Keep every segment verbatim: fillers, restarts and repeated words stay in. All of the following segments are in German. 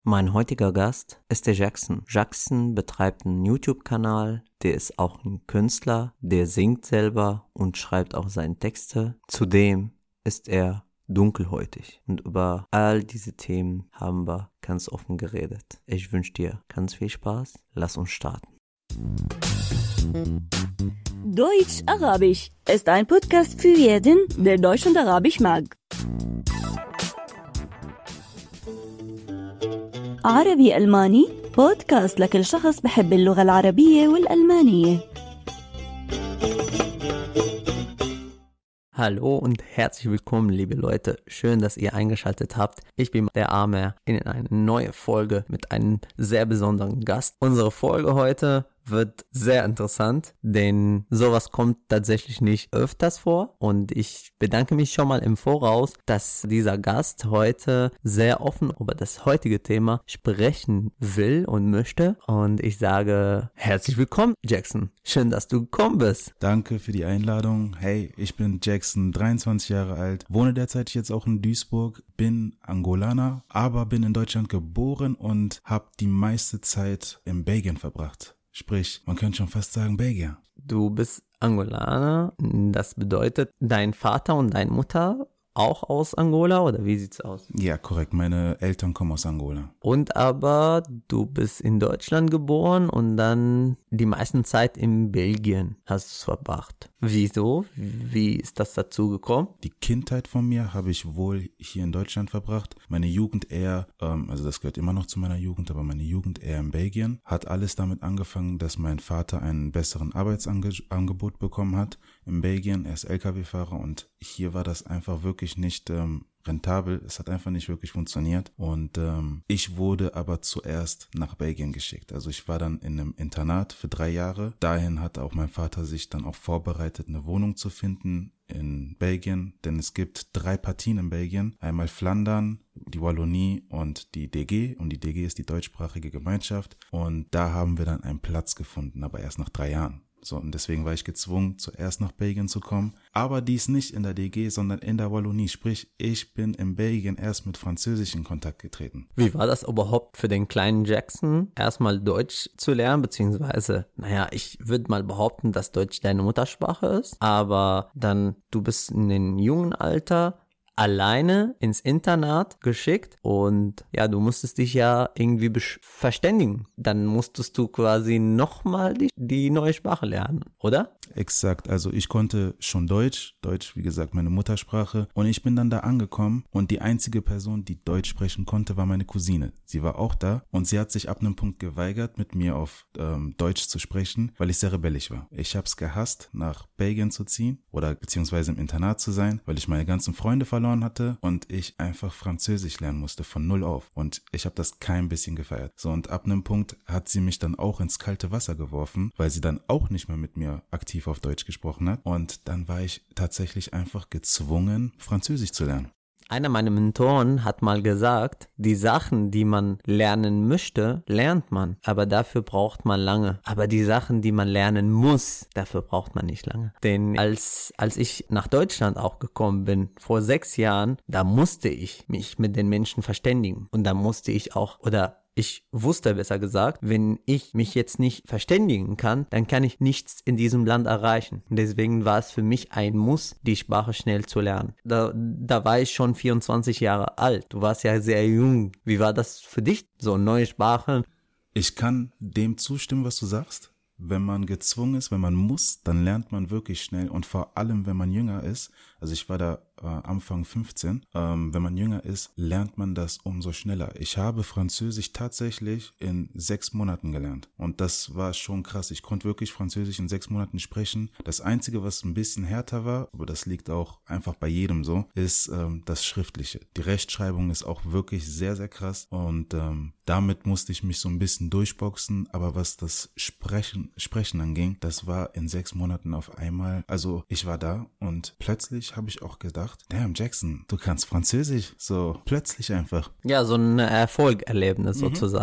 Mein heutiger Gast ist der Jackson. Jackson betreibt einen YouTube-Kanal, der ist auch ein Künstler, der singt selber und schreibt auch seine Texte. Zudem ist er dunkelhäutig und über all diese Themen haben wir ganz offen geredet. Ich wünsche dir ganz viel Spaß. Lass uns starten. Deutsch-Arabisch ist ein Podcast für jeden, der Deutsch und Arabisch mag. عربي ألماني بودكاست لكل شخص بحب اللغة العربية والألمانية. Hallo und herzlich willkommen, liebe Leute. Schön, dass ihr eingeschaltet habt. Ich bin der Amer in eine neue Folge mit einem sehr besonderen Gast. Unsere Folge heute wird sehr interessant, denn sowas kommt tatsächlich nicht öfters vor und ich bedanke mich schon mal im Voraus, dass dieser Gast heute sehr offen über das heutige Thema sprechen will und möchte und ich sage herzlich willkommen, Jackson. Schön, dass du gekommen bist. Danke für die Einladung. Hey, ich bin Jackson, dreiundzwanzig Jahre alt, wohne derzeit jetzt auch in Duisburg, bin Angolaner, aber bin in Deutschland geboren und habe die meiste Zeit in Belgien verbracht. Sprich, man könnte schon fast sagen Belgier. Du bist Angolaner, das bedeutet, dein Vater und deine Mutter auch aus Angola oder wie sieht's aus? Ja, korrekt, meine Eltern kommen aus Angola. Und aber du bist in Deutschland geboren und dann die meiste Zeit in Belgien hast du es verbracht. Wieso? Wie ist das dazu gekommen? Die Kindheit von mir habe ich wohl hier in Deutschland verbracht. Meine Jugend eher, ähm, also das gehört immer noch zu meiner Jugend, aber meine Jugend eher in Belgien. Hat alles damit angefangen, dass mein Vater einen besseren Arbeitsangebot bekommen hat in Belgien. Er ist L K W-Fahrer und hier war das einfach wirklich nicht ähm, rentabel. Es hat einfach nicht wirklich funktioniert und ähm, ich wurde aber zuerst nach Belgien geschickt. Also ich war dann in einem Internat für drei Jahre. Dahin hat auch mein Vater sich dann auch vorbereitet, eine Wohnung zu finden in Belgien, denn es gibt drei Partien in Belgien. Einmal Flandern, die Wallonie und die D G und die D G ist die deutschsprachige Gemeinschaft und da haben wir dann einen Platz gefunden, aber erst nach drei Jahren. So, und deswegen war ich gezwungen, zuerst nach Belgien zu kommen. Aber dies nicht in der D G, sondern in der Wallonie. Sprich, ich bin in Belgien erst mit Französisch in Kontakt getreten. Wie war das überhaupt für den kleinen Jackson, erstmal Deutsch zu lernen, beziehungsweise, naja, ich würde mal behaupten, dass Deutsch deine Muttersprache ist, aber dann, du bist in dem jungen Alter alleine ins Internat geschickt und ja, du musstest dich ja irgendwie besch- verständigen. Dann musstest du quasi nochmal die, die neue Sprache lernen, oder? Exakt, also ich konnte schon Deutsch, Deutsch wie gesagt meine Muttersprache und ich bin dann da angekommen und die einzige Person, die Deutsch sprechen konnte, war meine Cousine. Sie war auch da und sie hat sich ab einem Punkt geweigert, mit mir auf ähm, Deutsch zu sprechen, weil ich sehr rebellisch war. Ich habe es gehasst, nach Belgien zu ziehen oder beziehungsweise im Internat zu sein, weil ich meine ganzen Freunde verloren hatte und ich einfach Französisch lernen musste von null auf und ich habe das kein bisschen gefeiert. So und ab einem Punkt hat sie mich dann auch ins kalte Wasser geworfen, weil sie dann auch nicht mehr mit mir aktiv auf Deutsch gesprochen hat und dann war ich tatsächlich einfach gezwungen, Französisch zu lernen. Einer meiner Mentoren hat mal gesagt, die Sachen, die man lernen möchte, lernt man, aber dafür braucht man lange. Aber die Sachen, die man lernen muss, dafür braucht man nicht lange. Denn als, als ich nach Deutschland auch gekommen bin, vor sechs Jahren, da musste ich mich mit den Menschen verständigen. Und da musste ich auch, oder ich wusste besser gesagt, wenn ich mich jetzt nicht verständigen kann, dann kann ich nichts in diesem Land erreichen. Deswegen war es für mich ein Muss, die Sprache schnell zu lernen. Da, da war ich schon vierundzwanzig Jahre alt. Du warst ja sehr jung. Wie war das für dich, so neue Sprachen? Ich kann dem zustimmen, was du sagst. Wenn man gezwungen ist, wenn man muss, dann lernt man wirklich schnell und vor allem, wenn man jünger ist, also ich war da äh, Anfang fünfzehn, ähm, wenn man jünger ist, lernt man das umso schneller. Ich habe Französisch tatsächlich in sechs Monaten gelernt und das war schon krass. Ich konnte wirklich Französisch in sechs Monaten sprechen. Das Einzige, was ein bisschen härter war, aber das liegt auch einfach bei jedem so, ist ähm, das Schriftliche. Die Rechtschreibung ist auch wirklich sehr, sehr krass und ähm, damit musste ich mich so ein bisschen durchboxen, aber was das Sprechen, Sprechen anging, das war in sechs Monaten auf einmal, also ich war da und plötzlich habe ich auch gedacht, damn Jackson, du kannst Französisch, so plötzlich einfach. Ja, so ein Erfolgerlebnis Mhm. sozusagen.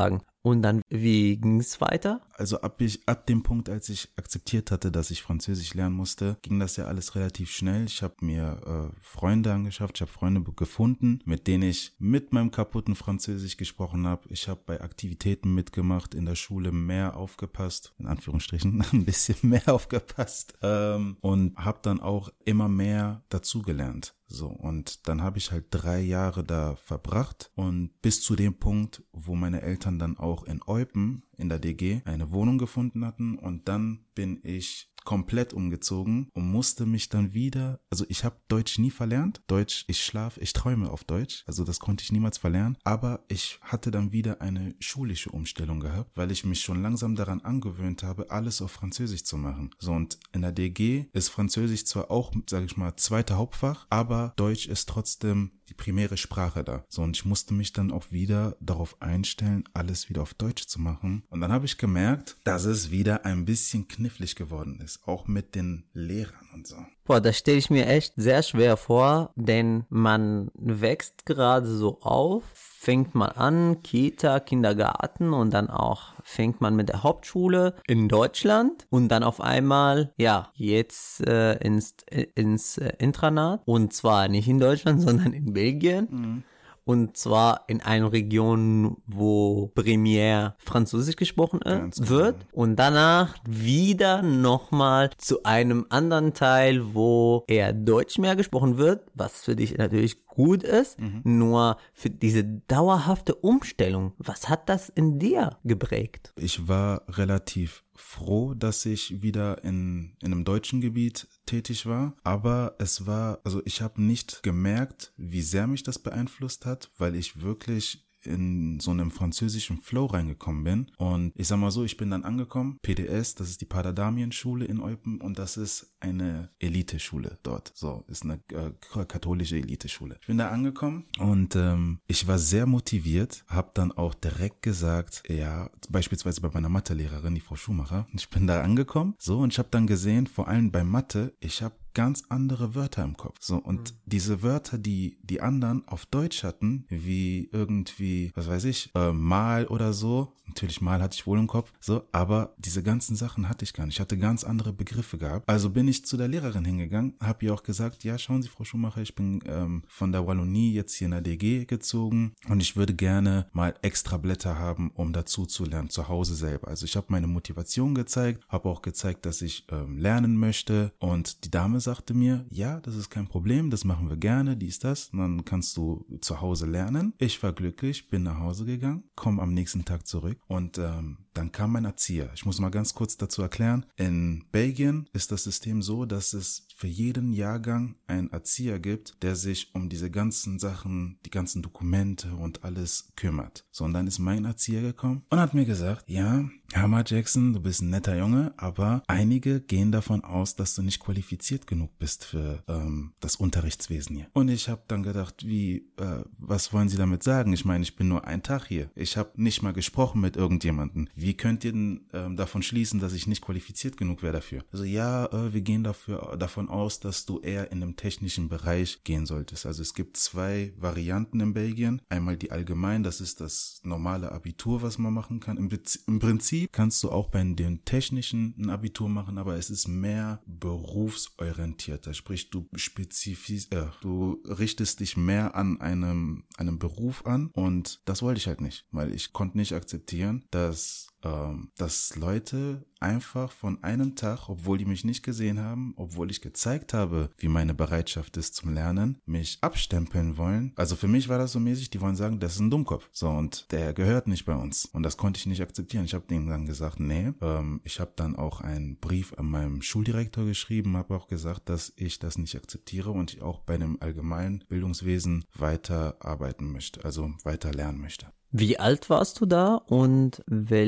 Und dann, wie ging es weiter? Also ab, ich, ab dem Punkt, als ich akzeptiert hatte, dass ich Französisch lernen musste, ging das ja alles relativ schnell. Ich habe mir äh, Freunde angeschafft, ich habe Freunde gefunden, mit denen ich mit meinem kaputten Französisch gesprochen habe. Ich habe bei Aktivitäten mitgemacht, in der Schule mehr aufgepasst, in Anführungsstrichen, ein bisschen mehr aufgepasst ähm, und habe dann auch immer mehr dazugelernt. So, und dann habe ich halt drei Jahre da verbracht und bis zu dem Punkt, wo meine Eltern dann auch in Eupen in der D G eine Wohnung gefunden hatten und dann bin ich komplett umgezogen und musste mich dann wieder, also ich habe Deutsch nie verlernt, Deutsch, ich schlafe, ich träume auf Deutsch, also das konnte ich niemals verlernen, aber ich hatte dann wieder eine schulische Umstellung gehabt, weil ich mich schon langsam daran angewöhnt habe, alles auf Französisch zu machen. So, und in der D G ist Französisch zwar auch, sage ich mal, zweiter Hauptfach, aber Deutsch ist trotzdem die primäre Sprache da. So, und ich musste mich dann auch wieder darauf einstellen, alles wieder auf Deutsch zu machen. Und dann habe ich gemerkt, dass es wieder ein bisschen knifflig geworden ist, auch mit den Lehrern und so. Boah, das stelle ich mir echt sehr schwer vor, denn man wächst gerade so auf, fängt mal an, Kita, Kindergarten und dann auch fängt man mit der Hauptschule in Deutschland und dann auf einmal, ja, jetzt äh, ins, ins äh, Internat und zwar nicht in Deutschland, sondern in Belgien. Mhm. Und zwar in einer Region, wo primär Französisch gesprochen ist, wird. Und danach wieder nochmal zu einem anderen Teil, wo eher Deutsch mehr gesprochen wird, was für dich natürlich gut ist. Mhm. Nur für diese dauerhafte Umstellung, was hat das in dir geprägt? Ich war relativ froh, dass ich wieder in, in einem deutschen Gebiet tätig war, aber es war, also ich habe nicht gemerkt, wie sehr mich das beeinflusst hat, weil ich wirklich in so einem französischen Flow reingekommen bin. Und ich sag mal so, ich bin dann angekommen, P D S, das ist die Pater Damien-Schule in Eupen und das ist eine Eliteschule dort. So, ist eine äh, katholische Eliteschule. Ich bin da angekommen und ähm, ich war sehr motiviert, habe dann auch direkt gesagt, ja, beispielsweise bei meiner Mathelehrerin, die Frau Schumacher, ich bin da angekommen, so, und ich habe dann gesehen, vor allem bei Mathe, ich habe ganz andere Wörter im Kopf. So, und mhm. diese Wörter, die die anderen auf Deutsch hatten, wie irgendwie, was weiß ich, äh, mal oder so, natürlich mal hatte ich wohl im Kopf, so, aber diese ganzen Sachen hatte ich gar nicht. Ich hatte ganz andere Begriffe gehabt. Also bin ich zu der Lehrerin hingegangen, habe ihr auch gesagt, ja, schauen Sie, Frau Schumacher, ich bin ähm, von der Wallonie jetzt hier in der D G gezogen und ich würde gerne mal extra Blätter haben, um dazu zu lernen, zu Hause selber. Also ich habe meine Motivation gezeigt, habe auch gezeigt, dass ich ähm, lernen möchte und die Dame sagte mir, ja, das ist kein Problem, das machen wir gerne, dies, das, und dann kannst du zu Hause lernen. Ich war glücklich, bin nach Hause gegangen, komme am nächsten Tag zurück und ähm, dann kam mein Erzieher. Ich muss mal ganz kurz dazu erklären, in Belgien ist das System so, dass es für jeden Jahrgang einen Erzieher gibt, der sich um diese ganzen Sachen, die ganzen Dokumente und alles kümmert. So, und dann ist mein Erzieher gekommen und hat mir gesagt, ja, Hammer Jackson, du bist ein netter Junge, aber einige gehen davon aus, dass du nicht qualifiziert genug bist für ähm, das Unterrichtswesen hier. Und ich habe dann gedacht, wie, äh, was wollen Sie damit sagen? Ich meine, ich bin nur einen Tag hier. Ich habe nicht mal gesprochen mit irgendjemandem. Wie könnt ihr denn ähm, davon schließen, dass ich nicht qualifiziert genug wäre dafür? Also ja, äh, wir gehen dafür davon aus, dass du eher in einem technischen Bereich gehen solltest. Also es gibt zwei Varianten in Belgien. Einmal die allgemein, das ist das normale Abitur, was man machen kann. Im, im Prinzip kannst du auch bei dem technischen ein Abitur machen, aber es ist mehr berufsorientierter. Sprich, du spezifis, äh, du richtest dich mehr an einem, einem Beruf an und das wollte ich halt nicht, weil ich konnte nicht akzeptieren, dass Ähm, dass Leute einfach von einem Tag, obwohl die mich nicht gesehen haben, obwohl ich gezeigt habe, wie meine Bereitschaft ist zum Lernen, mich abstempeln wollen. Also für mich war das so mäßig, die wollen sagen, das ist ein Dummkopf. So, und der gehört nicht bei uns. Und das konnte ich nicht akzeptieren. Ich habe denen dann gesagt, nee. Ähm, ich habe dann auch einen Brief an meinem Schuldirektor geschrieben, habe auch gesagt, dass ich das nicht akzeptiere und ich auch bei dem allgemeinen Bildungswesen weiter arbeiten möchte, also weiter lernen möchte. Wie alt warst du da und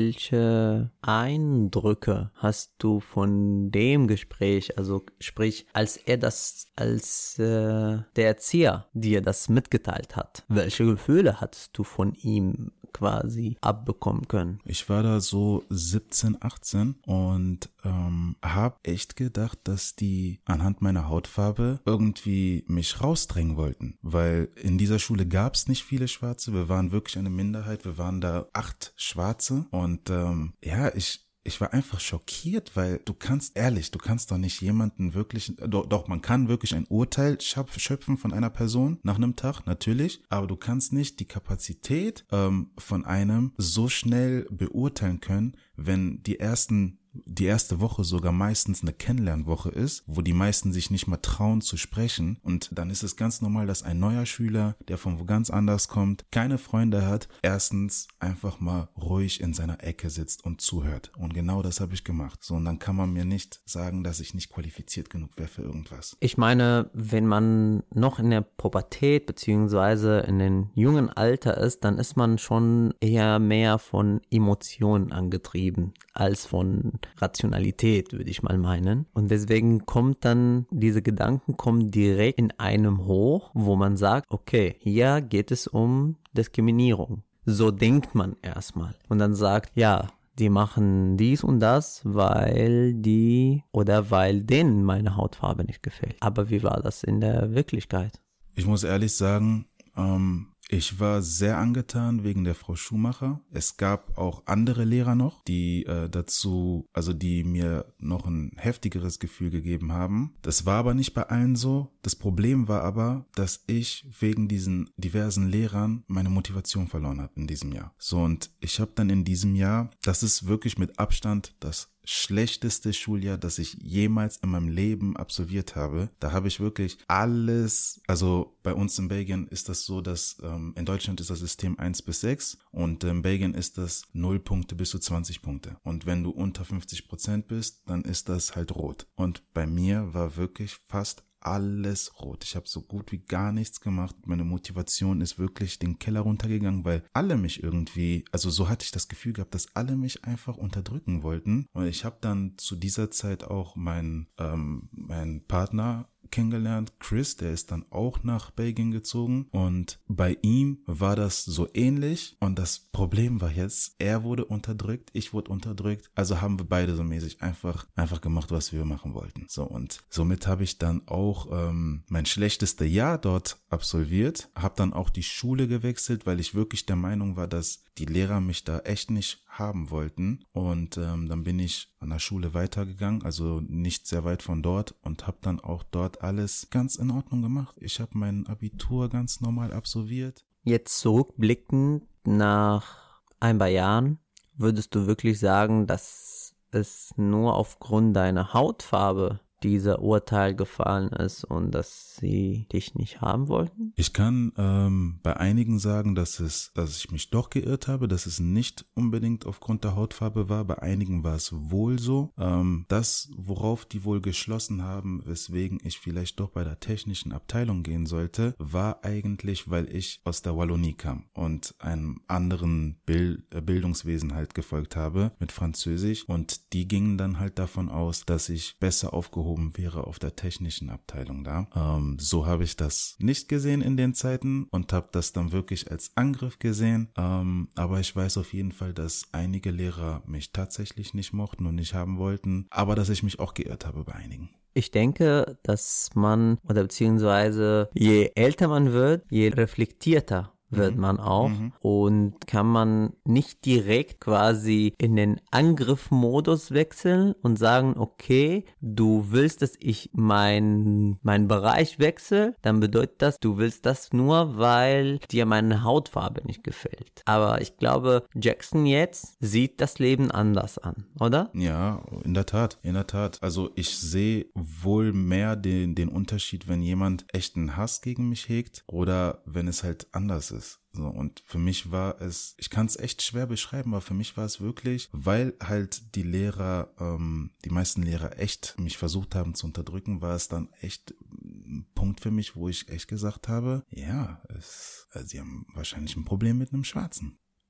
welche Eindrücke hast du von dem Gespräch, also sprich, als er das, als äh, der Erzieher dir das mitgeteilt hat, welche Gefühle hattest du von ihm quasi abbekommen können? Ich war da so siebzehn, achtzehn und ähm, habe echt gedacht, dass die anhand meiner Hautfarbe irgendwie mich rausdrängen wollten, weil in dieser Schule gab es nicht viele Schwarze, wir waren wirklich eine Minderheit, wir waren da acht Schwarze und ähm, ja, ich Ich war einfach schockiert, weil du kannst, ehrlich, du kannst doch nicht jemanden wirklich, doch, doch man kann wirklich ein Urteil schöpfen von einer Person nach einem Tag, natürlich, aber du kannst nicht die Kapazität ähm, von einem so schnell beurteilen können, wenn die ersten die erste Woche sogar meistens eine Kennenlernwoche ist, wo die meisten sich nicht mal trauen zu sprechen und dann ist es ganz normal, dass ein neuer Schüler, der von wo ganz anders kommt, keine Freunde hat, erstens einfach mal ruhig in seiner Ecke sitzt und zuhört und genau das habe ich gemacht. So, und dann kann man mir nicht sagen, dass ich nicht qualifiziert genug wäre für irgendwas. Ich meine, wenn man noch in der Pubertät beziehungsweise in dem jungen Alter ist, dann ist man schon eher mehr von Emotionen angetrieben als von Rationalität, würde ich mal meinen. Und deswegen kommt dann, diese Gedanken kommen direkt in einem hoch, wo man sagt, okay, hier geht es um Diskriminierung. So denkt man erstmal. Und dann sagt, ja, die machen dies und das, weil die oder weil denen meine Hautfarbe nicht gefällt. Aber wie war das in der Wirklichkeit? Ich muss ehrlich sagen, ähm, ich war sehr angetan wegen der Frau Schumacher. Es gab auch andere Lehrer noch, die äh, dazu, also die mir noch ein heftigeres Gefühl gegeben haben. Das war aber nicht bei allen so. Das Problem war aber, dass ich wegen diesen diversen Lehrern meine Motivation verloren habe in diesem Jahr. So, und ich habe dann in diesem Jahr, das ist wirklich mit Abstand das schlechteste Schuljahr, das ich jemals in meinem Leben absolviert habe. Da habe ich wirklich alles, also bei uns in Belgien ist das so, dass ähm, in Deutschland ist das System eins bis sechs und in Belgien ist das null Punkte bis zu zwanzig Punkte. Und wenn du unter fünfzig Prozent bist, dann ist das halt rot. Und bei mir war wirklich fast alles rot. Ich habe so gut wie gar nichts gemacht. Meine Motivation ist wirklich den Keller runtergegangen, weil alle mich irgendwie, also so hatte ich das Gefühl gehabt, dass alle mich einfach unterdrücken wollten. Und ich habe dann zu dieser Zeit auch meinen ähm, meinen Partner kennengelernt, Chris, der ist dann auch nach Belgien gezogen und bei ihm war das so ähnlich und das Problem war jetzt, er wurde unterdrückt, ich wurde unterdrückt, also haben wir beide so mäßig einfach einfach gemacht, was wir machen wollten. So, und somit habe ich dann auch ähm, mein schlechtestes Jahr dort absolviert, habe dann auch die Schule gewechselt, weil ich wirklich der Meinung war, dass die Lehrer mich da echt nicht haben wollten und ähm, dann bin ich an der Schule weitergegangen, also nicht sehr weit von dort und habe dann auch dort alles ganz in Ordnung gemacht. Ich habe mein Abitur ganz normal absolviert. Jetzt zurückblickend nach ein paar Jahren, würdest du wirklich sagen, dass es nur aufgrund deiner Hautfarbe dieser Urteil gefallen ist und dass sie dich nicht haben wollten? Ich kann ähm, bei einigen sagen, dass es, dass ich mich doch geirrt habe, dass es nicht unbedingt aufgrund der Hautfarbe war. Bei einigen war es wohl so. Ähm, das, worauf die wohl geschlossen haben, weswegen ich vielleicht doch bei der technischen Abteilung gehen sollte, war eigentlich, weil ich aus der Wallonie kam und einem anderen Bild, äh, Bildungswesen halt gefolgt habe mit Französisch und die gingen dann halt davon aus, dass ich besser aufgehoben wäre auf der technischen Abteilung da. Ähm, so habe ich das nicht gesehen in den Zeiten und habe das dann wirklich als Angriff gesehen. Ähm, aber ich weiß auf jeden Fall, dass einige Lehrer mich tatsächlich nicht mochten und nicht haben wollten, aber dass ich mich auch geirrt habe bei einigen. Ich denke, dass man, oder beziehungsweise je älter man wird, je reflektierter wird man auch mhm. und kann man nicht direkt quasi in den Angriffmodus wechseln und sagen, okay, du willst, dass ich mein mein Bereich wechsle, dann bedeutet das, du willst das nur, weil dir meine Hautfarbe nicht gefällt. Aber ich glaube, Jackson jetzt sieht das Leben anders an, oder? Ja, in der Tat, in der Tat. Also ich sehe wohl mehr den, den Unterschied, wenn jemand echten Hass gegen mich hegt oder wenn es halt anders ist. So, und für mich war es, ich kann es echt schwer beschreiben, aber für mich war es wirklich, weil halt die Lehrer, ähm, die meisten Lehrer echt mich versucht haben zu unterdrücken, war es dann echt ein Punkt für mich, wo ich echt gesagt habe, ja, es, also sie haben wahrscheinlich ein Problem mit einem Schwarzen.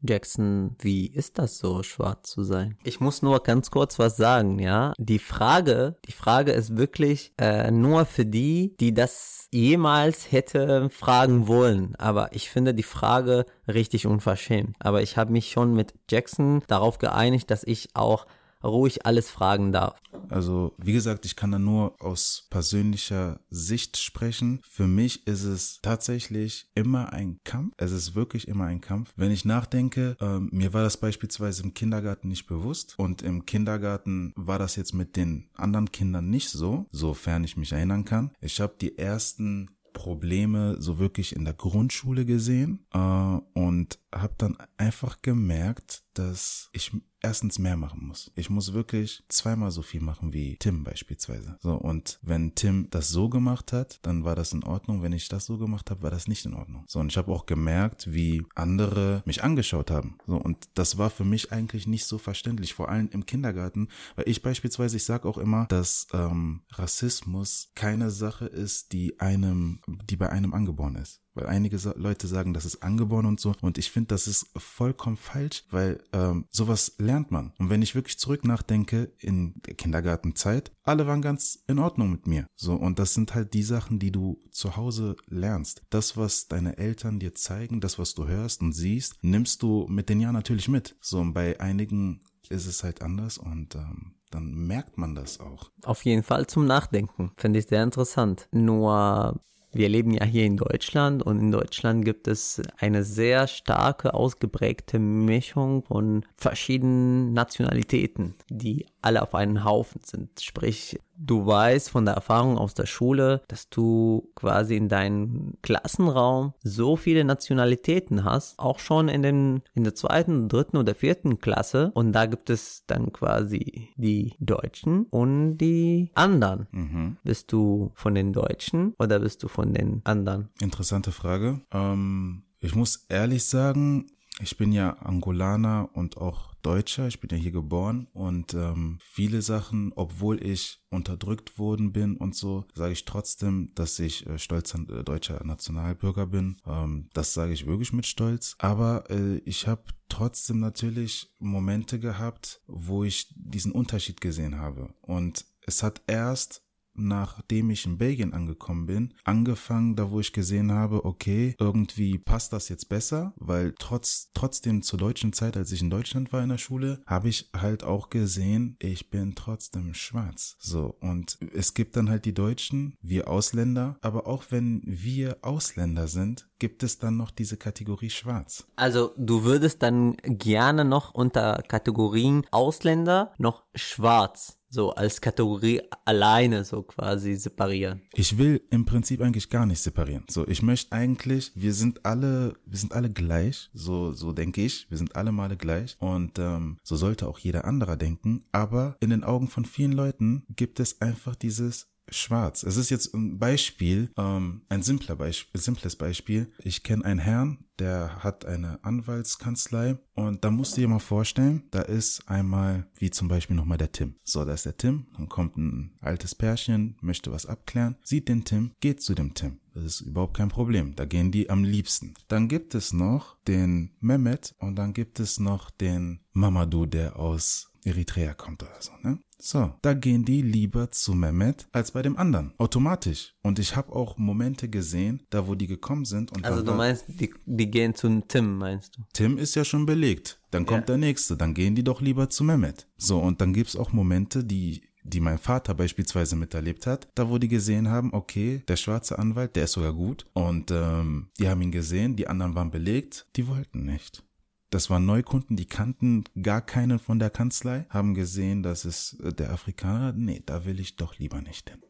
Jackson, wie ist das so, schwarz zu sein? Ich muss nur ganz kurz was sagen, ja. Die Frage, die Frage ist wirklich äh, nur für die, die das jemals hätte fragen wollen. Aber ich finde die Frage richtig unverschämt. Aber ich habe mich schon mit Jackson darauf geeinigt, dass ich auch ruhig alles fragen darf. Also, wie gesagt, ich kann da nur aus persönlicher Sicht sprechen. Für mich ist es tatsächlich immer ein Kampf. Es ist wirklich immer ein Kampf. Wenn ich nachdenke, ähm, mir war das beispielsweise im Kindergarten nicht bewusst und im Kindergarten war das jetzt mit den anderen Kindern nicht so, sofern ich mich erinnern kann. Ich habe die ersten Probleme so wirklich in der Grundschule gesehen äh, und habe dann einfach gemerkt, dass ich erstens mehr machen muss. Ich muss wirklich zweimal so viel machen wie Tim beispielsweise. So, und wenn Tim das so gemacht hat, dann war das in Ordnung. Wenn ich das so gemacht habe, war das nicht in Ordnung. So, und ich habe auch gemerkt, wie andere mich angeschaut haben. So, und das war für mich eigentlich nicht so verständlich, vor allem im Kindergarten, weil ich beispielsweise, ich sage auch immer, dass ähm, Rassismus keine Sache ist, die einem, die bei einem angeboren ist. Weil einige Leute sagen, das ist angeboren und so. Und ich finde, das ist vollkommen falsch, weil ähm, sowas lernt man. Und wenn ich wirklich zurück nachdenke in der Kindergartenzeit, alle waren ganz in Ordnung mit mir. So, und das sind halt die Sachen, die du zu Hause lernst. Das, was deine Eltern dir zeigen, das, was du hörst und siehst, nimmst du mit den Jahren natürlich mit. So, und bei einigen ist es halt anders und ähm, dann merkt man das auch. Auf jeden Fall zum Nachdenken. Finde ich sehr interessant. Nur wir leben ja hier in Deutschland und in Deutschland gibt es eine sehr starke, ausgeprägte Mischung von verschiedenen Nationalitäten, die alle auf einen Haufen sind. Sprich, du weißt von der Erfahrung aus der Schule, dass du quasi in deinem Klassenraum so viele Nationalitäten hast, auch schon in, den, in der zweiten, dritten oder vierten Klasse. Und da gibt es dann quasi die Deutschen und die anderen. Mhm. Bist du von den Deutschen oder bist du von den anderen? Interessante Frage. Ähm, ich muss ehrlich sagen, ich bin ja Angolaner und auch Deutscher, ich bin ja hier geboren und ähm, viele Sachen, obwohl ich unterdrückt worden bin und so, sage ich trotzdem, dass ich äh, stolzer äh, deutscher Nationalbürger bin. Ähm, das sage ich wirklich mit Stolz. Aber äh, ich habe trotzdem natürlich Momente gehabt, wo ich diesen Unterschied gesehen habe. Und es hat erst, nachdem ich in Belgien angekommen bin, angefangen, da wo ich gesehen habe, okay, irgendwie passt das jetzt besser, weil trotz trotzdem zur deutschen Zeit, als ich in Deutschland war in der Schule, habe ich halt auch gesehen, ich bin trotzdem schwarz. So, und es gibt dann halt die Deutschen, wir Ausländer, aber auch wenn wir Ausländer sind, gibt es dann noch diese Kategorie schwarz. Also du würdest dann gerne noch unter Kategorien Ausländer noch schwarz so als Kategorie alleine so quasi separieren. Ich will im Prinzip eigentlich gar nicht separieren. So, ich möchte eigentlich, wir sind alle, wir sind alle gleich, so so denke ich, wir sind alle Male gleich und ähm, so sollte auch jeder anderer denken, aber in den Augen von vielen Leuten gibt es einfach dieses Schwarz. Es ist jetzt ein Beispiel, ähm, ein simpler Beispiel, simples Beispiel. Ich kenne einen Herrn, der hat eine Anwaltskanzlei und da musst du dir mal vorstellen, da ist einmal, wie zum Beispiel nochmal der Tim. So, da ist der Tim, dann kommt ein altes Pärchen, möchte was abklären, sieht den Tim, geht zu dem Tim. Das ist überhaupt kein Problem, da gehen die am liebsten. Dann gibt es noch den Mehmet und dann gibt es noch den Mamadou, der aus Eritrea kommt oder so, ne? So, da gehen die lieber zu Mehmet als bei dem anderen. Automatisch. Und ich habe auch Momente gesehen, da wo die gekommen sind. Und also du meinst, die, die gehen zu Tim, meinst du? Tim ist ja schon belegt. Dann kommt ja der Nächste. Dann gehen die doch lieber zu Mehmet. So, und dann gibt's auch Momente, die die mein Vater beispielsweise miterlebt hat, da wo die gesehen haben, okay, der schwarze Anwalt, der ist sogar gut. Und ähm, die haben ihn gesehen, die anderen waren belegt, die wollten nicht. Das waren Neukunden, die kannten gar keinen von der Kanzlei, haben gesehen, dass es der Afrikaner, nee, da will ich doch lieber nicht hin.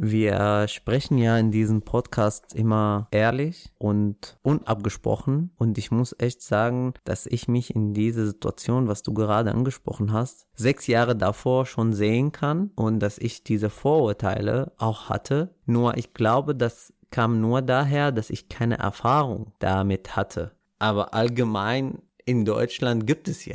Wir sprechen ja in diesem Podcast immer ehrlich und unabgesprochen und ich muss echt sagen, dass ich mich in diese Situation, was du gerade angesprochen hast, sechs Jahre davor schon sehen kann und dass ich diese Vorurteile auch hatte. Nur ich glaube, das kam nur daher, dass ich keine Erfahrung damit hatte. Aber allgemein in Deutschland gibt es ja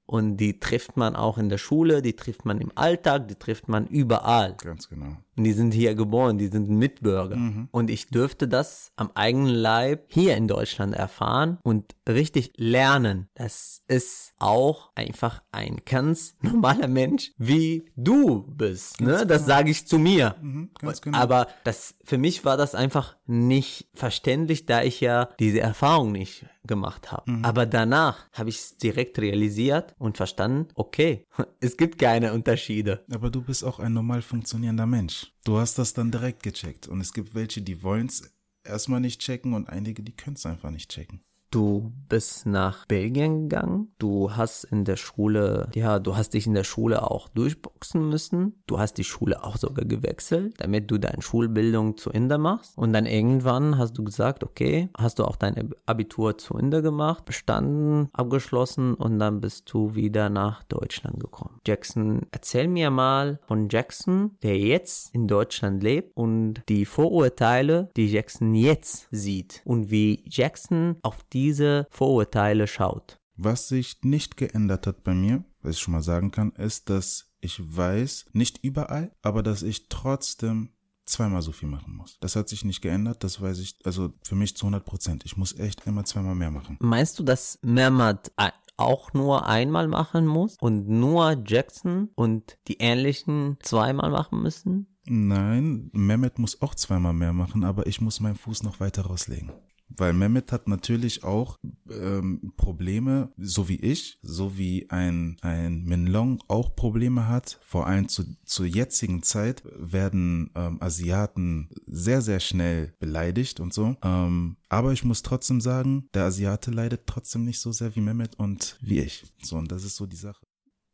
und die trifft man auch in der Schule, die trifft man im Alltag, die trifft man überall. Ganz genau. Und die sind hier geboren, die sind Mitbürger. Mhm. Und ich dürfte das am eigenen Leib hier in Deutschland erfahren und richtig lernen. Das ist auch einfach ein ganz normaler Mensch, wie du bist. Ne? Das sage ich zu mir. Mhm, ganz genau. Aber das, für mich war das einfach nicht verständlich, da ich ja diese Erfahrung nicht gemacht habe. Mhm. Aber danach habe ich es direkt realisiert und verstanden, okay, es gibt keine Unterschiede. Aber du bist auch ein normal funktionierender Mensch. Du hast das dann direkt gecheckt. Und es gibt welche, die wollen es erstmal nicht checken und einige, die können es einfach nicht checken. Du bist nach Belgien gegangen, du hast in der Schule, ja, du hast dich in der Schule auch durchboxen müssen, du hast die Schule auch sogar gewechselt, damit du deine Schulbildung zu Ende machst und dann irgendwann hast du gesagt, okay, hast du auch dein Abitur zu Ende gemacht, bestanden, abgeschlossen und dann bist du wieder nach Deutschland gekommen. Jackson, erzähl mir mal von Jackson, der jetzt in Deutschland lebt und die Vorurteile, die Jackson jetzt sieht und wie Jackson auf die diese Vorurteile schaut. Was sich nicht geändert hat bei mir, was ich schon mal sagen kann, ist, dass ich weiß, nicht überall, aber dass ich trotzdem zweimal so viel machen muss. Das hat sich nicht geändert, das weiß ich, also für mich zu hundert Prozent. Ich muss echt immer zweimal mehr machen. Meinst du, dass Mehmet auch nur einmal machen muss und nur Jackson und die ähnlichen zweimal machen müssen? Nein, Mehmet muss auch zweimal mehr machen, aber ich muss meinen Fuß noch weiter rauslegen. Weil Mehmet hat natürlich auch ähm, Probleme, so wie ich, so wie ein ein Minlong auch Probleme hat. Vor allem zu, zur jetzigen Zeit werden ähm, Asiaten sehr, sehr schnell beleidigt und so. Ähm, aber ich muss trotzdem sagen, der Asiate leidet trotzdem nicht so sehr wie Mehmet und wie ich. So, und das ist so die Sache.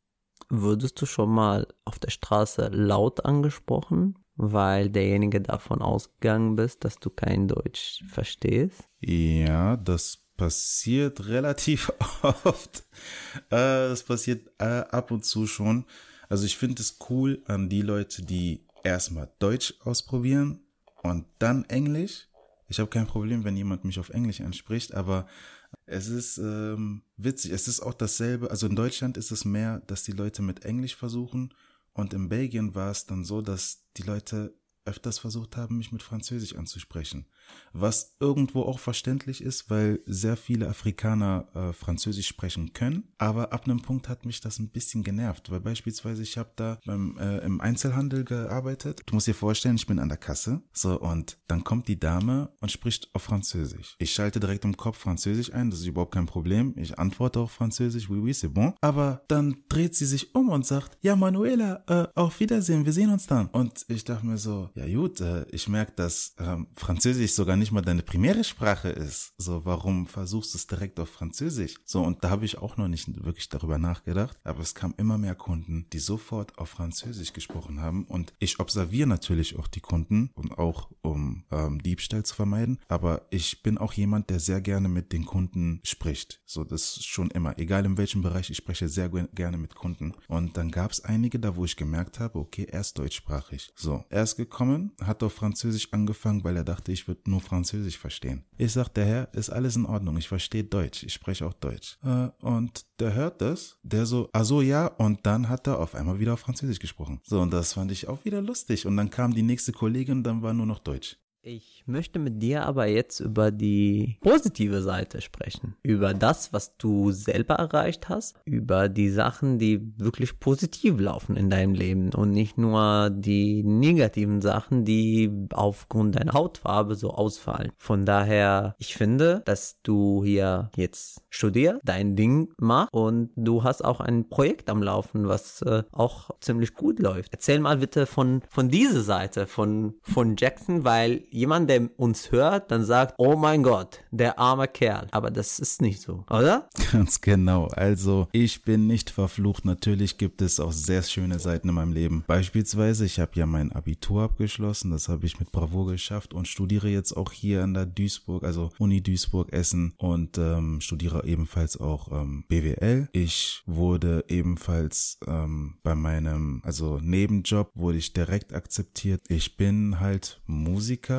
Würdest du schon mal auf der Straße laut angesprochen, weil derjenige davon ausgegangen bist, dass du kein Deutsch verstehst? Ja, das passiert relativ oft. Äh, das passiert äh, ab und zu schon. Also ich finde es cool an die Leute, die erstmal Deutsch ausprobieren und dann Englisch. Ich habe kein Problem, wenn jemand mich auf Englisch anspricht, aber es ist ähm, witzig. Es ist auch dasselbe. Also in Deutschland ist es mehr, dass die Leute mit Englisch versuchen. Und in Belgien war es dann so, dass die Leute öfters versucht haben, mich mit Französisch anzusprechen. Was irgendwo auch verständlich ist, weil sehr viele Afrikaner äh, Französisch sprechen können. Aber ab einem Punkt hat mich das ein bisschen genervt, weil beispielsweise ich habe da beim äh, im Einzelhandel gearbeitet. Du musst dir vorstellen, ich bin an der Kasse. So, und dann kommt die Dame und spricht auf Französisch. Ich schalte direkt im Kopf Französisch ein, das ist überhaupt kein Problem. Ich antworte auf Französisch, oui, oui, c'est bon. Aber dann dreht sie sich um und sagt, ja, Manuela, äh, auf Wiedersehen, wir sehen uns dann. Und ich dachte mir so, ja gut, äh, ich merke, dass ähm, Französisch sogar nicht mal deine primäre Sprache ist. So, warum versuchst du es direkt auf Französisch? So, und da habe ich auch noch nicht wirklich darüber nachgedacht. Aber es kamen immer mehr Kunden, die sofort auf Französisch gesprochen haben. Und ich observiere natürlich auch die Kunden, und auch um ähm, Diebstahl zu vermeiden. Aber ich bin auch jemand, der sehr gerne mit den Kunden spricht. So, das ist schon immer. Egal in welchem Bereich, ich spreche sehr g- gerne mit Kunden. Und dann gab es einige da, wo ich gemerkt habe, okay, er ist deutschsprachig. So, er ist gekommen, hat auf Französisch angefangen, weil er dachte, ich würde nur Französisch verstehen. Ich sag, der Herr, ist alles in Ordnung, ich verstehe Deutsch, ich spreche auch Deutsch. Äh, und der hört das, der so, ah so, ja, und dann hat er auf einmal wieder auf Französisch gesprochen. So, und das fand ich auch wieder lustig. Und dann kam die nächste Kollegin und dann war nur noch Deutsch. Ich möchte mit dir aber jetzt über die positive Seite sprechen. Über das, was du selber erreicht hast. Über die Sachen, die wirklich positiv laufen in deinem Leben. Und nicht nur die negativen Sachen, die aufgrund deiner Hautfarbe so ausfallen. Von daher, ich finde, dass du hier jetzt studierst, dein Ding machst. Und du hast auch ein Projekt am Laufen, was äh, auch ziemlich gut läuft. Erzähl mal bitte von, von dieser Seite, von, von Jackson, weil jemand, der uns hört, dann sagt, oh mein Gott, der arme Kerl. Aber das ist nicht so, oder? Ganz genau. Also ich bin nicht verflucht. Natürlich gibt es auch sehr schöne Seiten in meinem Leben. Beispielsweise, ich habe ja mein Abitur abgeschlossen. Das habe ich mit Bravour geschafft und studiere jetzt auch hier an der Duisburg, also Uni Duisburg Essen und ähm, studiere ebenfalls auch ähm, B W L. Ich wurde ebenfalls ähm, bei meinem, also Nebenjob wurde ich direkt akzeptiert. Ich bin halt Musiker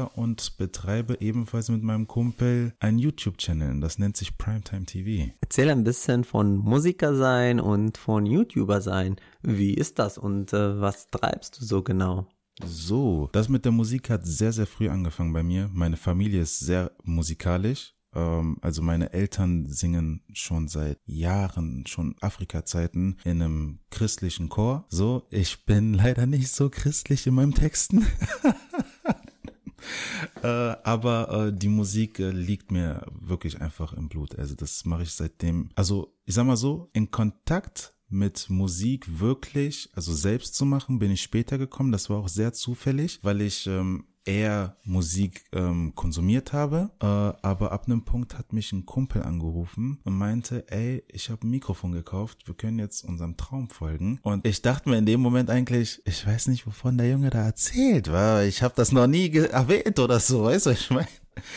Musiker und betreibe ebenfalls mit meinem Kumpel einen YouTube-Channel. Das nennt sich Primetime T V. Erzähl ein bisschen von Musiker sein und von YouTuber sein. Wie ist das und äh, was treibst du so genau? So, das mit der Musik hat sehr, sehr früh angefangen bei mir. Meine Familie ist sehr musikalisch. Ähm, also meine Eltern singen schon seit Jahren, schon Afrika-Zeiten in einem christlichen Chor. So, ich bin leider nicht so christlich in meinem Texten. äh, aber äh, die Musik äh, liegt mir wirklich einfach im Blut. Also das mache ich seitdem, also ich sag mal so, in Kontakt mit Musik wirklich, also selbst zu machen, bin ich später gekommen. Das war auch sehr zufällig, weil ich ähm, eher Musik ähm, konsumiert habe. Äh, aber ab einem Punkt hat mich ein Kumpel angerufen und meinte, ey, ich habe ein Mikrofon gekauft, wir können jetzt unserem Traum folgen. Und ich dachte mir in dem Moment eigentlich, ich weiß nicht, wovon der Junge da erzählt, weil ich habe das noch nie ge- erwähnt oder so, weißt du, was ich meine?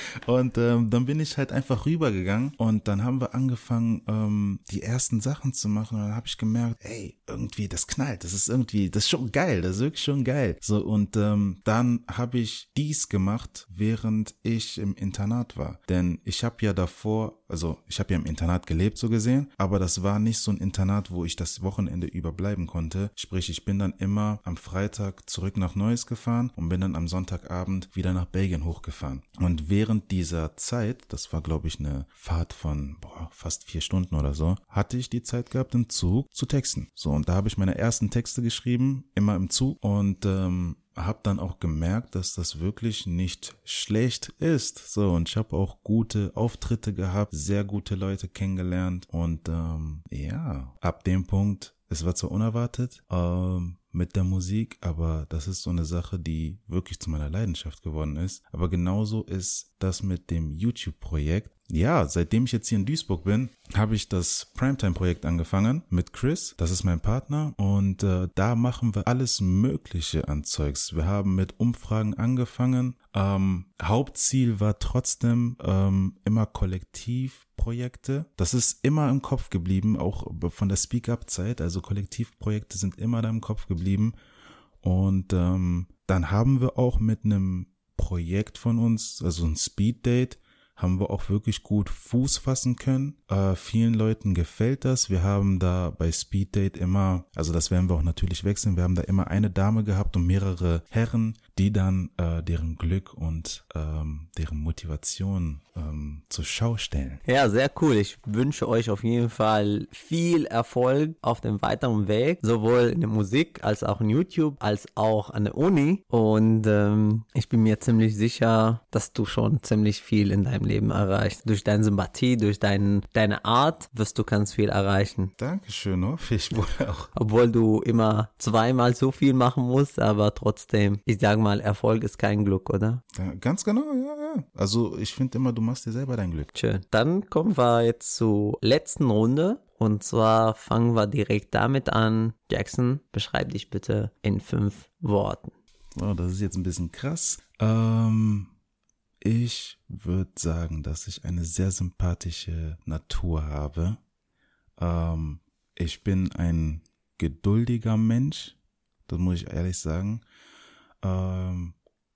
Und ähm, dann bin ich halt einfach rübergegangen und dann haben wir angefangen, ähm, die ersten Sachen zu machen und dann habe ich gemerkt, ey, irgendwie, das knallt, das ist irgendwie, das ist schon geil, das ist wirklich schon geil. So, und ähm, dann habe ich dies gemacht, während ich im Internat war. Denn ich habe ja davor, also ich habe ja im Internat gelebt, so gesehen, aber das war nicht so ein Internat, wo ich das Wochenende überbleiben konnte. Sprich, ich bin dann immer am Freitag zurück nach Neuss gefahren und bin dann am Sonntagabend wieder nach Belgien hochgefahren. Und während dieser Zeit, das war glaube ich eine Fahrt von boah, fast vier Stunden oder so, hatte ich die Zeit gehabt im Zug zu texten. So, und da habe ich meine ersten Texte geschrieben, immer im Zug und ähm, habe dann auch gemerkt, dass das wirklich nicht schlecht ist. So, und ich habe auch gute Auftritte gehabt, sehr gute Leute kennengelernt und ähm, ja, ab dem Punkt, es war zwar unerwartet, ähm, mit der Musik, aber das ist so eine Sache, die wirklich zu meiner Leidenschaft geworden ist. Aber genauso ist das mit dem YouTube-Projekt. Ja, seitdem ich jetzt hier in Duisburg bin, habe ich das Primetime-Projekt angefangen mit Chris. Das ist mein Partner und äh, da machen wir alles Mögliche an Zeugs. Wir haben mit Umfragen angefangen. Ähm, Hauptziel war trotzdem ähm, immer Kollektivprojekte. Das ist immer im Kopf geblieben, auch von der Speak-Up-Zeit. Also Kollektivprojekte sind immer da im Kopf geblieben. Und ähm, dann haben wir auch mit einem Projekt von uns, also ein Speed-Date, haben wir auch wirklich gut Fuß fassen können. Äh, vielen Leuten gefällt das. Wir haben da bei Speed Date immer, also das werden wir auch natürlich wechseln, wir haben da immer eine Dame gehabt und mehrere Herren, die dann äh, deren Glück und ähm, deren Motivation ähm, zur Schau stellen. Ja, sehr cool. Ich wünsche euch auf jeden Fall viel Erfolg auf dem weiteren Weg, sowohl in der Musik als auch in YouTube, als auch an der Uni. Und ähm, ich bin mir ziemlich sicher, dass du schon ziemlich viel in deinem Leben erreicht. Durch deine Sympathie, durch dein, deine Art wirst du ganz viel erreichen. Dankeschön, hoffe ich wohl auch. Obwohl du immer zweimal so viel machen musst, aber trotzdem, ich sage mal, Erfolg ist kein Glück, oder? Ja, ganz genau, ja, ja. Also ich finde immer, du machst dir selber dein Glück. Schön. Dann kommen wir jetzt zur letzten Runde. Und zwar fangen wir direkt damit an. Jackson, beschreib dich bitte in fünf Worten. Oh, das ist jetzt ein bisschen krass. Ähm... Ich würde sagen, dass ich eine sehr sympathische Natur habe. Ähm, ich bin ein geduldiger Mensch, das muss ich ehrlich sagen. Ähm,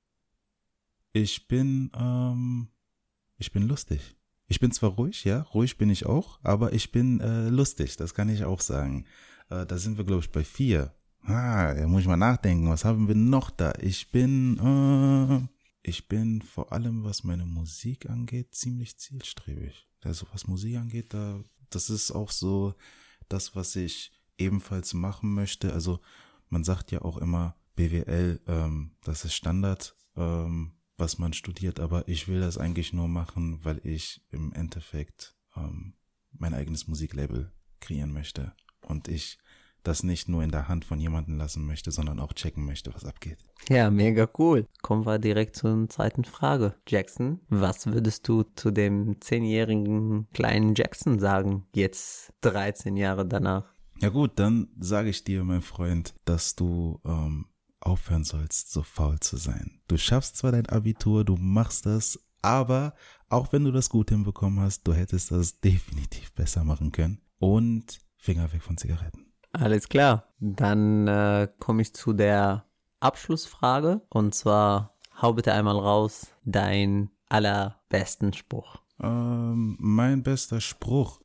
ich bin, ähm, ich bin lustig. Ich bin zwar ruhig, ja, ruhig bin ich auch, aber ich bin äh, lustig, das kann ich auch sagen. Äh, da sind wir, glaube ich, bei vier. Ah, da muss ich mal nachdenken, was haben wir noch da? Ich bin, äh, Ich bin vor allem, was meine Musik angeht, ziemlich zielstrebig. Also was Musik angeht, da, das ist auch so das, was ich ebenfalls machen möchte. Also man sagt ja auch immer B W L, ähm, das ist Standard, ähm, was man studiert, aber ich will das eigentlich nur machen, weil ich im Endeffekt ähm, mein eigenes Musiklabel kreieren möchte und ich das nicht nur in der Hand von jemandem lassen möchte, sondern auch checken möchte, was abgeht. Ja, mega cool. Kommen wir direkt zur zweiten Frage. Jackson, was würdest du zu dem zehnjährigen kleinen Jackson sagen, jetzt dreizehn Jahre danach? Ja gut, dann sage ich dir, mein Freund, dass du ähm, aufhören sollst, so faul zu sein. Du schaffst zwar dein Abitur, du machst das, aber auch wenn du das gut hinbekommen hast, du hättest das definitiv besser machen können. Und Finger weg von Zigaretten. Alles klar, dann äh, komme ich zu der Abschlussfrage und zwar hau bitte einmal raus deinen allerbesten Spruch. Ähm, mein bester Spruch.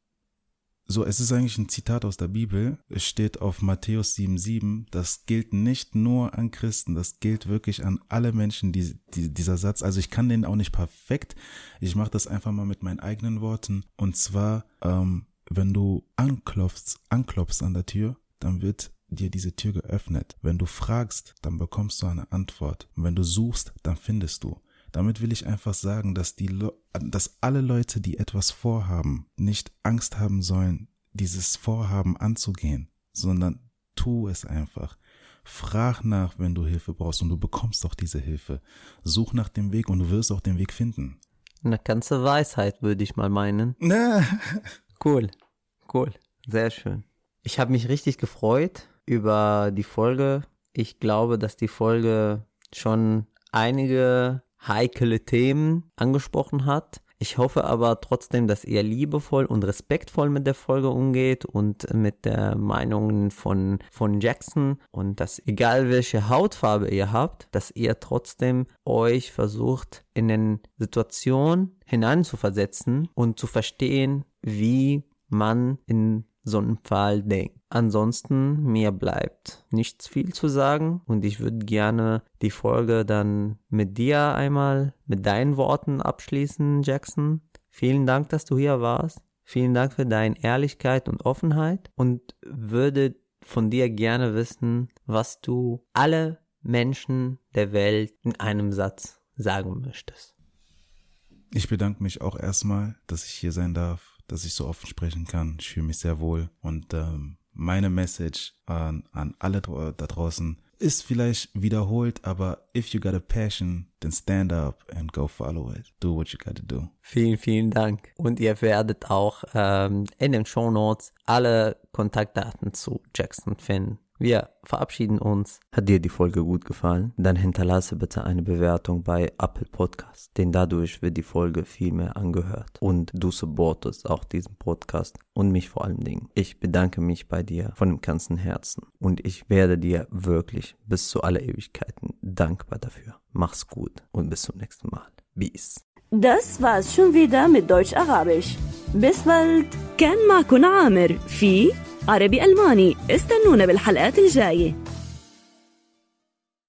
So, es ist eigentlich ein Zitat aus der Bibel. Es steht auf Matthäus sieben sieben. Das gilt nicht nur an Christen, das gilt wirklich an alle Menschen, die, die, dieser Satz. Also ich kann den auch nicht perfekt. Ich mache das einfach mal mit meinen eigenen Worten. Und zwar, ähm, wenn du anklopfst, anklopfst an der Tür, dann wird dir diese Tür geöffnet. Wenn du fragst, dann bekommst du eine Antwort. Und wenn du suchst, dann findest du. Damit will ich einfach sagen, dass die, Le- dass alle Leute, die etwas vorhaben, nicht Angst haben sollen, dieses Vorhaben anzugehen, sondern tu es einfach. Frag nach, wenn du Hilfe brauchst, und du bekommst auch diese Hilfe. Such nach dem Weg und du wirst auch den Weg finden. Eine ganze Weisheit, würde ich mal meinen. Cool, cool, sehr schön. Ich habe mich richtig gefreut über die Folge. Ich glaube, dass die Folge schon einige heikle Themen angesprochen hat. Ich hoffe aber trotzdem, dass ihr liebevoll und respektvoll mit der Folge umgeht und mit der Meinung von, von Jackson, und dass egal welche Hautfarbe ihr habt, dass ihr trotzdem euch versucht, in eine Situation hineinzuversetzen und zu verstehen, wie man in so einem Fall denkt. Ansonsten, mir bleibt nichts viel zu sagen und ich würde gerne die Folge dann mit dir einmal, mit deinen Worten abschließen, Jackson. Vielen Dank, dass du hier warst. Vielen Dank für deine Ehrlichkeit und Offenheit und würde von dir gerne wissen, was du alle Menschen der Welt in einem Satz sagen möchtest. Ich bedanke mich auch erstmal, dass ich hier sein darf, dass ich so offen sprechen kann. Ich fühle mich sehr wohl und ähm, meine Message an, an alle da draußen ist vielleicht wiederholt, aber if you got a passion, then stand up and go follow it. Do what you gotta do. Vielen, vielen Dank. Und ihr werdet auch ähm, in den Shownotes alle Kontaktdaten zu Jackson finden. Wir verabschieden uns. Hat dir die Folge gut gefallen? Dann hinterlasse bitte eine Bewertung bei Apple Podcast, denn dadurch wird die Folge viel mehr angehört und du supportest auch diesen Podcast und mich vor allen Dingen. Ich bedanke mich bei dir von dem ganzen Herzen und ich werde dir wirklich bis zu aller Ewigkeiten dankbar dafür. Mach's gut und bis zum nächsten Mal. Peace. Das war's schon wieder mit Deutsch-Arabisch. Bis bald. كان معكم عامر في عربي ألماني. استنونا بالحلقات الجاية.